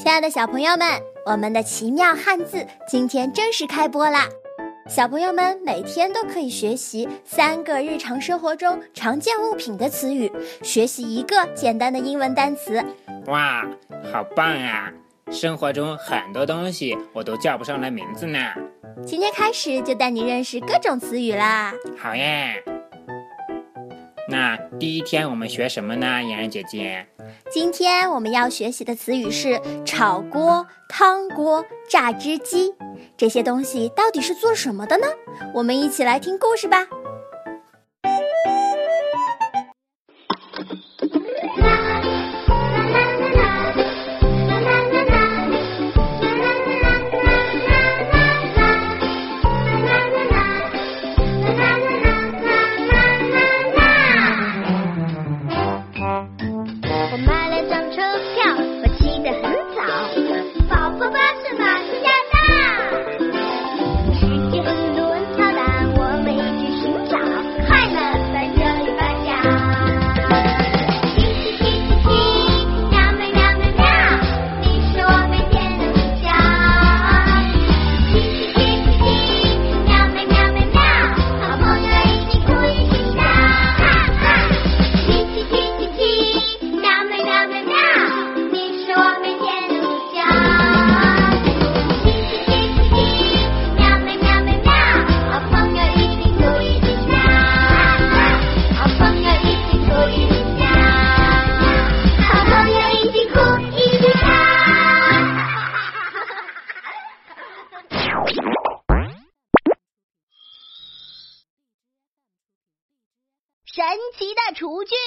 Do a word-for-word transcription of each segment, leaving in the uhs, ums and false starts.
亲爱的小朋友们，我们的奇妙汉字今天正式开播啦！小朋友们每天都可以学习三个日常生活中常见物品的词语，学习一个简单的英文单词。 哇，好棒啊！生活中很多东西我都叫不上来名字呢。 今天开始就带你认识各种词语啦。 好耶！那第一天我们学什么呢，妍妍姐姐？ 今天我们要学习的词语是炒锅、汤锅、榨汁机。这些东西到底是做什么的呢？我们一起来听故事吧。 神奇的厨具。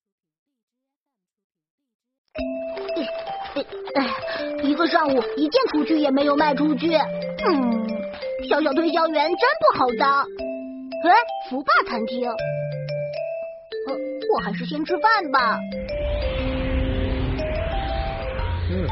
一个上午，一件厨具也没有卖出去。嗯，小小推销员真不好当。哎，福霸餐厅。呃，我还是先吃饭吧。 嗯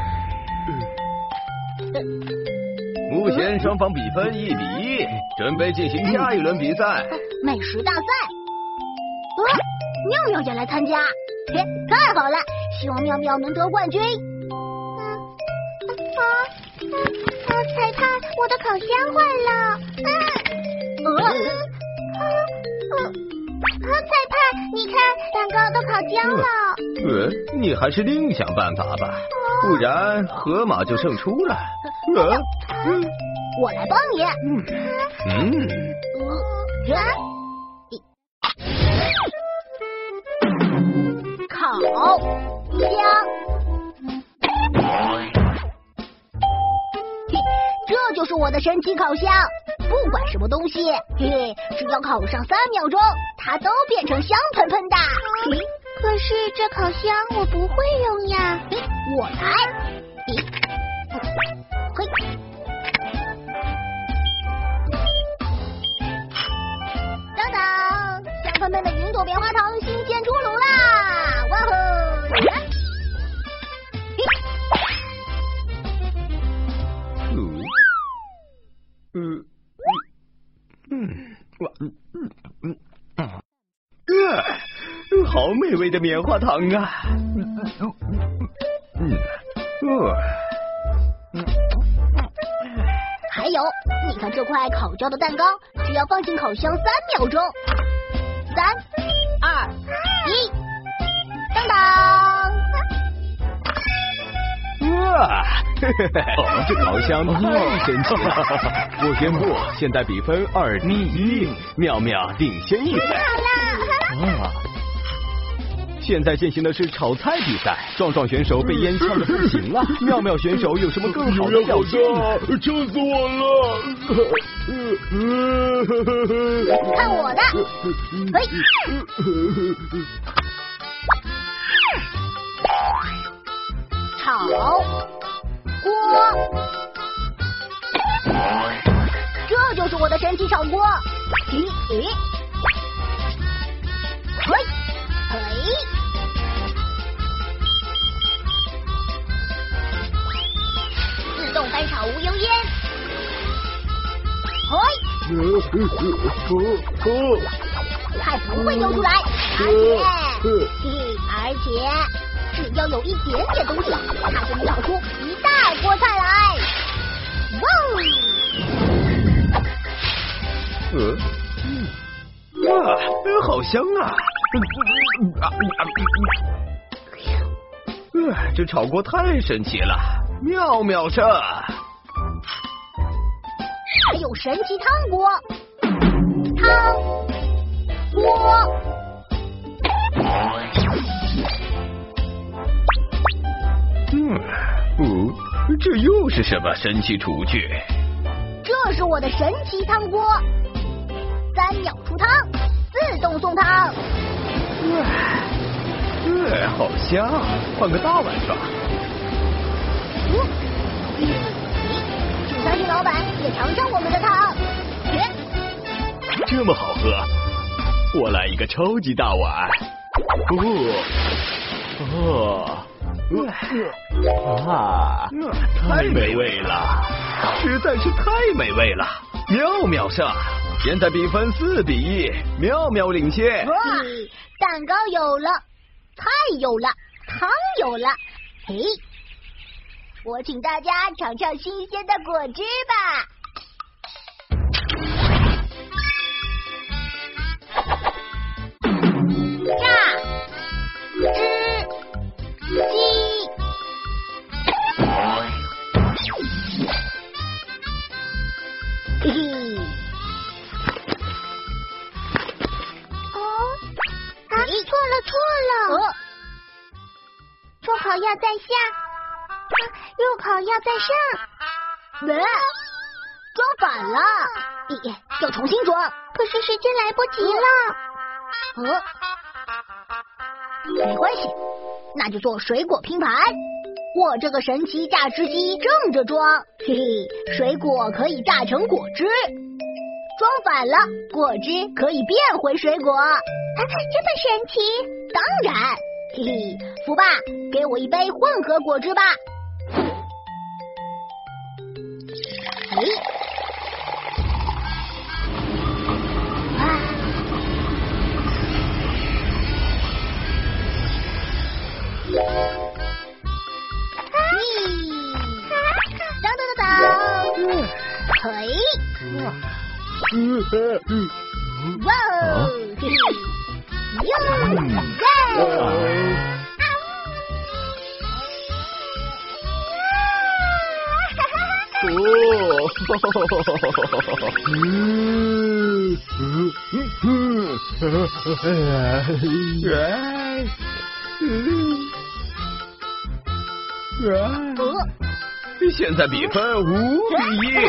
嗯、目前双方比分一比一，准备进行下一轮比赛。 美食大赛。呃，妙妙也来参加，嘿，太好了！希望妙妙能得冠军。啊啊啊！裁判，我的烤箱坏了。嗯，呃，啊啊啊！裁判，你看，蛋糕都烤焦了。 呃，你还是另想办法吧，不然河马就胜出了。呃， 嗯，我来帮你。 嗯嗯。 呃，烤箱，这就是我的神奇烤箱。不管什么东西，嘿嘿，只要烤上三秒钟，它都变成香喷喷的。嘿，可是这烤箱我不会用呀。嘿，我来。嘿，嘿，当当，香喷喷的云朵棉花糖新鲜出炉啦！哇吼！ 嗯嗯嗯嗯嗯嗯，呃，好美味的棉花糖啊！嗯嗯嗯嗯， 还有，你看这块烤焦的蛋糕，只要放进烤箱三秒钟。三、二、一，当当！ 哇，这烤箱太神奇了！我宣布，现在比分二比一，妙妙领先一分。啊！现在进行的是炒菜比赛，壮壮选手被烟呛的不行了，妙妙选手有什么更好的表现？ 撑死我了！ 看我的！嘿！炒锅，这就是我的神奇炒锅。咦咦，嘿，嘿，自动翻炒无油烟。嘿，还不会流出来，而且，嘿嘿，而且。 只要有一点点东西，它就能炒出一大锅菜来。哇哦！ 呃，哇，好香啊！呃，这炒锅太神奇了，妙妙声。 还有神奇汤锅，汤锅。 嗯，哦，这又是什么神奇厨具？ 这是我的神奇汤锅，三秒出汤，自动送汤。 呃，呃，好香，换个大碗吧。 嗯，请相信老板也尝尝我们的汤。 这么好喝，我来一个超级大碗。哦哦，啊，太美味了，实在是太美味了！妙妙胜，现在比分四比一，妙妙领先。 哇，蛋糕有了，菜有了，汤有了，嘿，我请大家尝尝新鲜的果汁吧。榨汁机，嘿嘿。 哦，啊，错了错了， 哦， 中考要在下，啊，入考要在上， 喂，装反了，咦，要重新装。 可是时间来不及了。 哦，没关系，那就做水果拼盘。我这个神奇榨汁机正着装，嘿嘿，水果可以榨成果汁。装反了，果汁可以变回水果。啊， 这么神奇？ 当然，嘿嘿，福爸，给我一杯混合果汁吧。哎，啊，咦，当当当当，嘿，哇哦，嘿嘿，哟，耶！ 哦，嗯嗯嗯嗯， 哦， 现在比分五比一，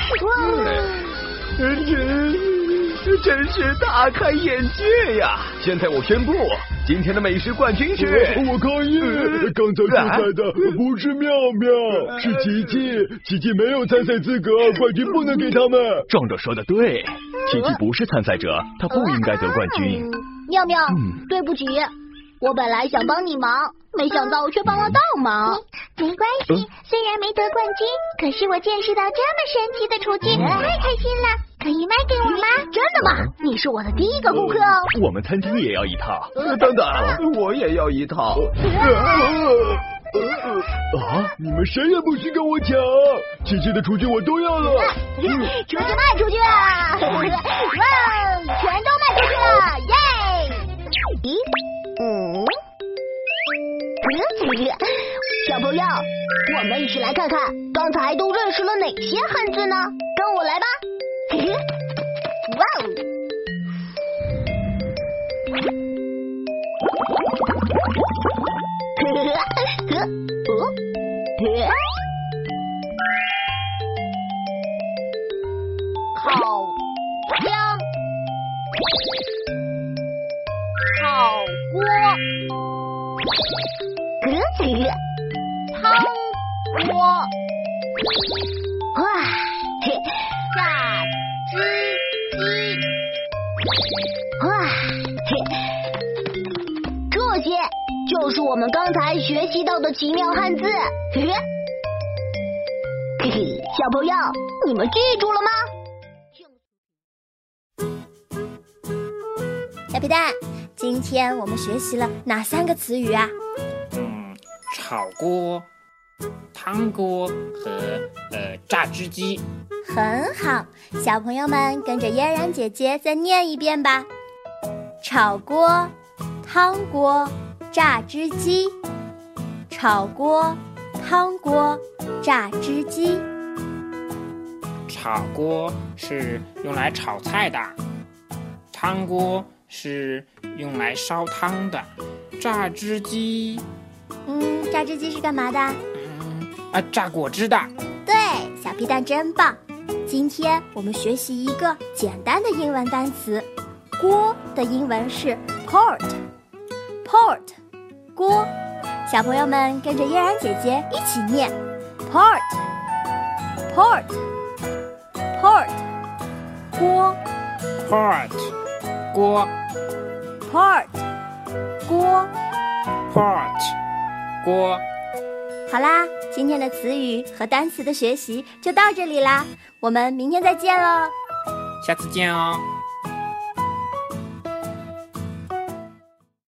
真真是大开眼界呀！现在我宣布，今天的美食冠军是我抗议！刚才出赛的不是妙妙，是琪琪，琪琪没有参赛资格，冠军不能给他们。 壮壮说的对，琪琪不是参赛者，他不应该得冠军。 妙妙， 嗯对不起，我本来想帮你忙，没想到却帮了倒忙。 没关系， 嗯虽然没得冠军，可是我见识到这么神奇的厨具，太开心了！可以卖给我吗？ 真的吗？你是我的第一个顾客哦。 我们餐厅也要一套。等等，我也要一套。 啊！你们谁也不许跟我抢！琪琪的厨具我都要了。 出去卖出去啊！哇，全都卖出去了，耶！咦，嗯，小朋友，我们一起来看看刚才都认识了哪些汉字呢？跟我来吧！哇哦！烤箱，炒锅，汤锅，哇，榨汁机，哇，这些就是我们刚才学习到的奇妙汉字。嘿嘿，嘿嘿，小朋友，你们记住了吗？ 小皮蛋，今天我们学习了哪三个词语啊？ 嗯， 炒锅、汤锅和呃榨汁机。 很好，小朋友们跟着嫣然姐姐再念一遍吧。炒锅、汤锅、榨汁机。炒锅、汤锅、榨汁机。 炒锅是用来炒菜的，汤锅是用来烧汤的，榨汁机， 嗯，榨汁机是干嘛的？ 嗯啊，榨果汁的。 对，小皮蛋真棒。今天我们学习一个简单的英文单词，锅的英文是 pot。pot， 锅。小朋友们跟着嫣然姐姐一起念 pot。pot。pot， 锅。 pot， 锅。 pot， 锅。 pot， 锅。 好啦，今天的词语和单词的学习就到这里啦，我们明天再见喽。 下次见哦。